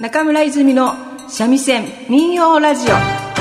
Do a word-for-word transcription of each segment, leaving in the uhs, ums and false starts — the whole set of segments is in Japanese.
中村泉の三味線民謡ラジオ。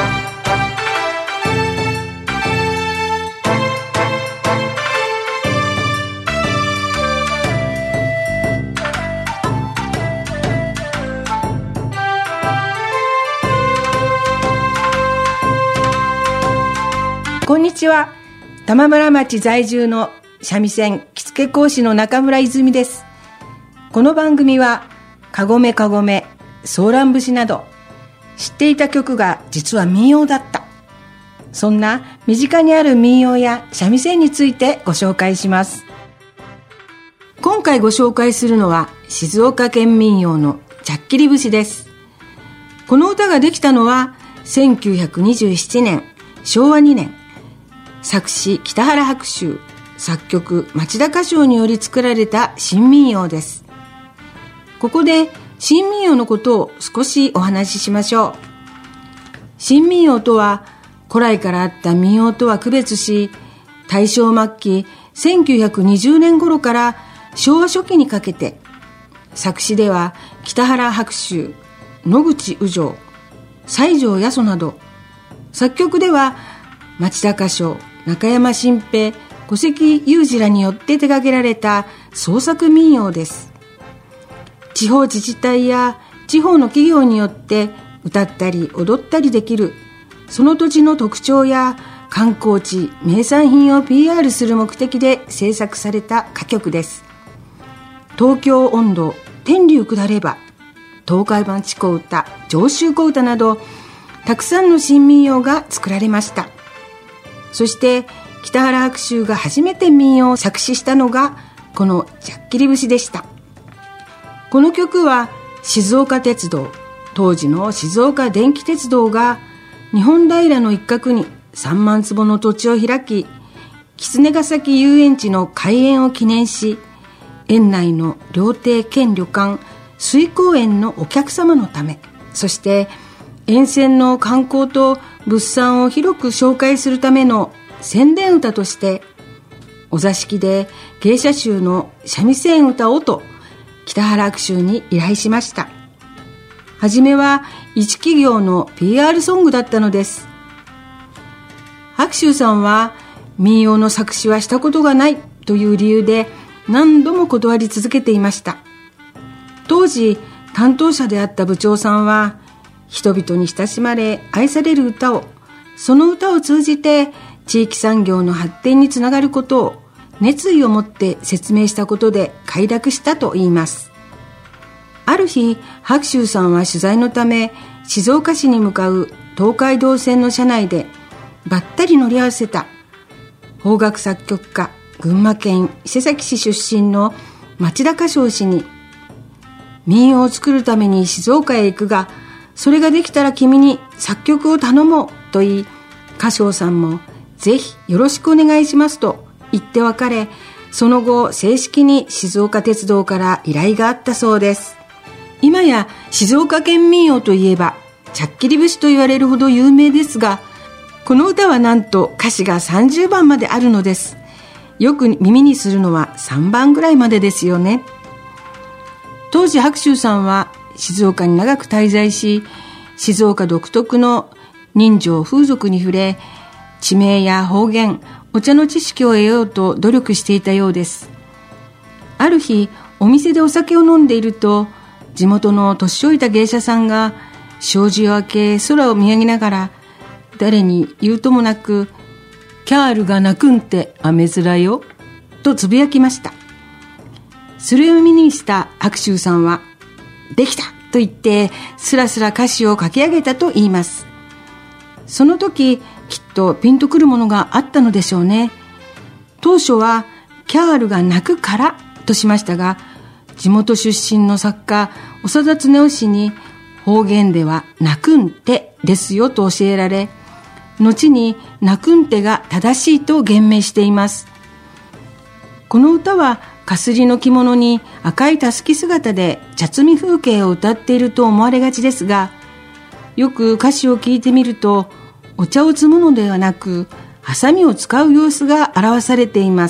こんにちは。玉村町在住の三味線着付け講師の中村泉です。この番組はかごめかごめ、ソーラン節など知っていた曲が実は民謡だった、そんな身近にある民謡や三味線についてご紹介します。今回ご紹介するのは静岡県民謡のちゃっきり節です。この歌ができたのはせんきゅうひゃくにじゅうななねんしょうわにねん、作詞北原白秋、作曲町田歌唱により作られた新民謡です。ここで新民謡のことを少しお話ししましょう。新民謡とは古来からあった民謡とは区別し、大正末期せんきゅうひゃくにじゅうねん頃から昭和初期にかけて、作詞では北原白秋、野口雨情、西条八十など、作曲では町田歌唱、中山新平、小関裕二らによって手掛けられた創作民謡です。地方自治体や地方の企業によって歌ったり踊ったりできる、その土地の特徴や観光地、名産品を ピーアール する目的で制作された歌曲です。東京音頭、天竜下れば、東海版地小唄、上州小唄などたくさんの新民謡が作られました。そして北原白秋が初めて民謡を作詞したのがこのちゃっきり節でした。この曲は静岡鉄道、当時の静岡電気鉄道が日本平の一角にさんまんつぼの土地を開き、狐ヶ崎遊園地の開園を記念し、園内の料亭兼旅館水光園のお客様のため、そして沿線の観光と物産を広く紹介するための宣伝歌として、お座敷で芸者衆の三味線歌をと北原白秋に依頼しました。はじめは一企業の ピーアール ソングだったのです。白秋さんは民謡の作詞はしたことがないという理由で何度も断り続けていました。当時担当者であった部長さんは、人々に親しまれ愛される歌を、その歌を通じて地域産業の発展につながることを熱意を持って説明したことで快諾したと言います。ある日、白秋さんは取材のため静岡市に向かう東海道線の車内でばったり乗り合わせた邦楽作曲家、群馬県伊勢崎市出身の町田歌唱氏に、民謡を作るために静岡へ行くが、それができたら君に作曲を頼もうと言い、歌唱さんもぜひよろしくお願いしますと言って別れ、その後正式に静岡鉄道から依頼があったそうです。今や静岡県民謡といえばちゃっきり節と言われるほど有名ですが、この歌はなんと歌詞がさんじゅうばんまであるのです。よく耳にするのはさんばんぐらいまでですよね。当時白秋さんは静岡に長く滞在し、静岡独特の人情風俗に触れ、地名や方言、お茶の知識を得ようと努力していたようです。ある日、お店でお酒を飲んでいると、地元の年老いた芸者さんが障子を開け空を見上げながら、誰に言うともなく、キャールが鳴くんて雨面よとつぶやきました。それを耳にした白秋さんは、できたと言ってスラスラ歌詞を書き上げたと言います。その時きっとピンとくるものがあったのでしょうね。当初はキャールが鳴くからとしましたが、地元出身の作家長田恒夫氏に方言では鳴くんてですよと教えられ、後に鳴くんてが正しいと言明しています。この歌はかすりの着物に赤いたすき姿で茶摘み風景を歌っていると思われがちですが、よく歌詞を聞いてみると、お茶を摘むのではなくハサミを使う様子が表されています。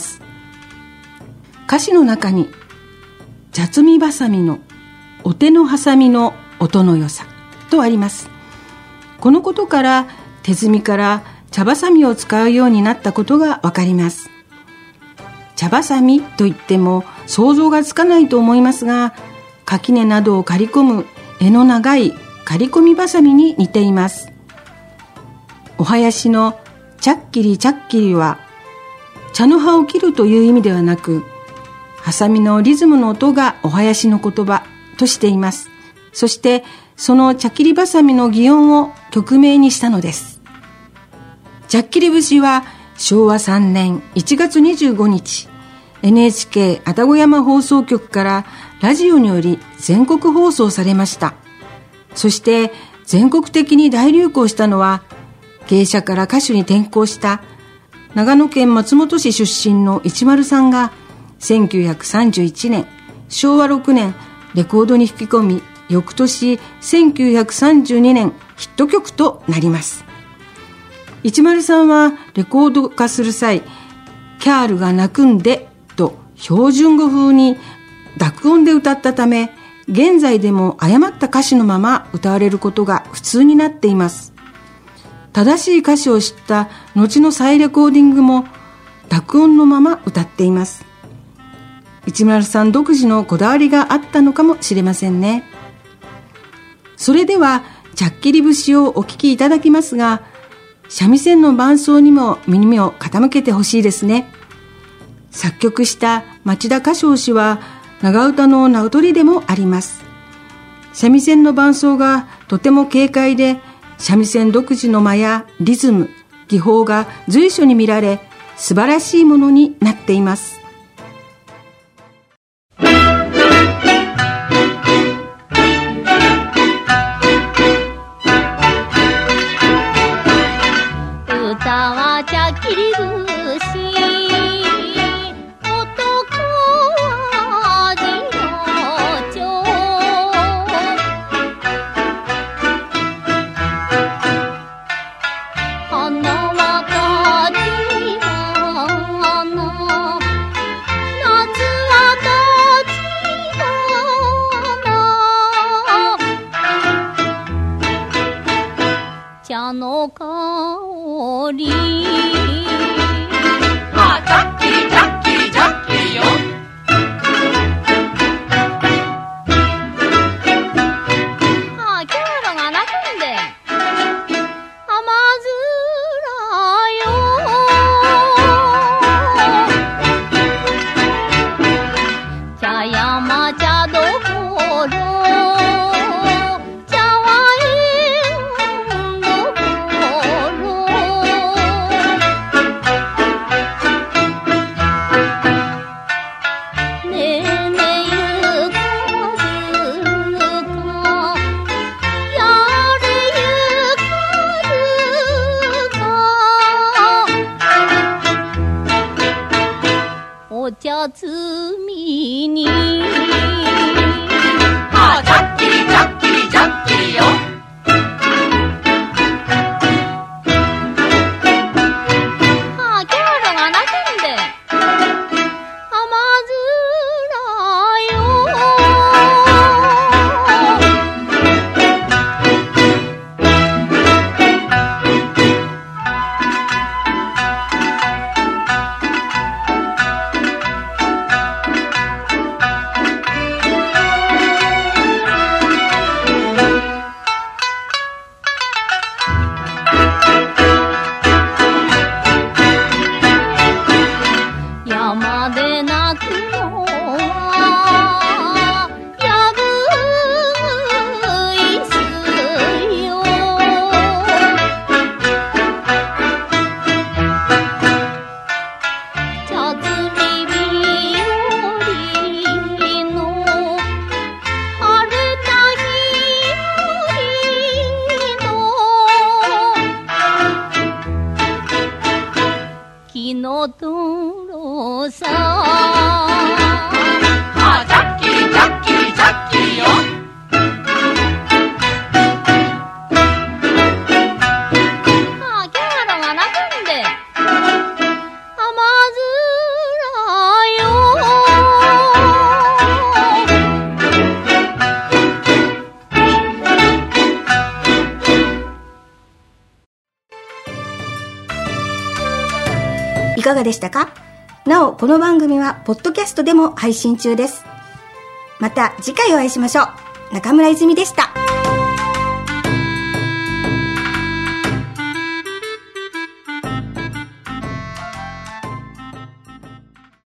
歌詞の中に、茶摘みばさみのお手のハサミの音の良さとあります。このことから手摘みから茶ばさみを使うようになったことがわかります。茶ばさみといっても想像がつかないと思いますが、垣根などを刈り込む柄の長い刈り込みばさみに似ています。お囃子のチャッキリチャッキリは茶の葉を切るという意味ではなく、ハサミのリズムの音がお囃子の言葉としています。そしてその茶切りばさみの擬音を曲名にしたのです。茶っ切り節はしょうわさんねんいちがつにじゅうごにち、エヌエイチケー 愛宕山放送局からラジオにより全国放送されました。そして全国的に大流行したのは、芸者から歌手に転向した長野県松本市出身の一丸さんがせんきゅうひゃくさんじゅういちねんしょうわろくねんレコードに吹き込み、翌年せんきゅうひゃくさんじゅうにねんヒット曲となります。一丸さんはレコード化する際、キャールが泣くんでと標準語風に濁音で歌ったため、現在でも誤った歌詞のまま歌われることが普通になっています。正しい歌詞を知った後の再レコーディングも濁音のまま歌っています。一丸さん独自のこだわりがあったのかもしれませんね。それでは茶っ切り節をお聴きいただきますが、三味線の伴奏にも耳を傾けてほしいですね。作曲した町田歌唱氏は長唄の名取りでもあります。三味線の伴奏がとても軽快で、三味線独自の間やリズム、技法が随所に見られ、素晴らしいものになっています。 歌は茶っ切り節、茶の香り、 あ、ジャッキリジャッキリジャッキリよ。 あ、キャールが泣くんで甘面よ。茶山茶どころ、 いかがでしたか？なお、この番組はポッドキャストでも配信中です。また次回お会いしましょう。中村泉でした。